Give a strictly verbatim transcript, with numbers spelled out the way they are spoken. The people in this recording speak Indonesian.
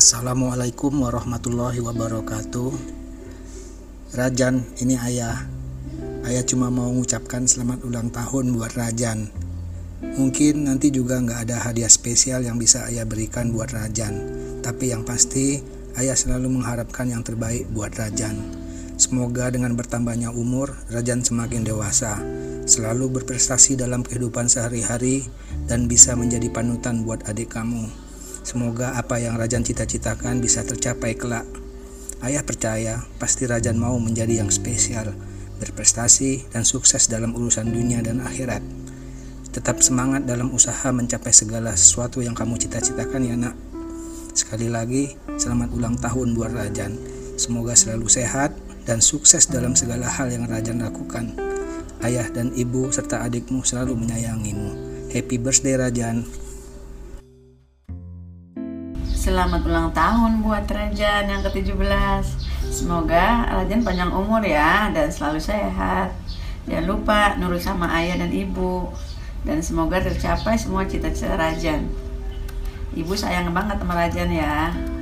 Assalamualaikum warahmatullahi wabarakatuh. Rajan, ini ayah. Ayah cuma mau mengucapkan selamat ulang tahun buat Rajan. Mungkin nanti juga gak ada hadiah spesial yang bisa ayah berikan buat Rajan. Tapi yang pasti, ayah selalu mengharapkan yang terbaik buat Rajan. Semoga dengan bertambahnya umur, Rajan semakin dewasa, selalu berprestasi dalam kehidupan sehari-hari, dan bisa menjadi panutan buat adik kamu. Semoga apa yang Rajan cita-citakan bisa tercapai kelak. Ayah percaya pasti Rajan mau menjadi yang spesial, berprestasi dan sukses dalam urusan dunia dan akhirat. Tetap semangat dalam usaha mencapai segala sesuatu yang kamu cita-citakan ya nak. Sekali lagi, selamat ulang tahun buat Rajan. Semoga selalu sehat dan sukses dalam segala hal yang Rajan lakukan. Ayah dan ibu serta adikmu selalu menyayangimu. Happy birthday Rajan. Selamat ulang tahun buat Rajan yang ke tujuh belas. Semoga Rajan panjang umur ya dan selalu sehat. Jangan lupa nurut sama ayah dan ibu. Dan semoga tercapai semua cita-cita Rajan. Ibu sayang banget sama Rajan ya.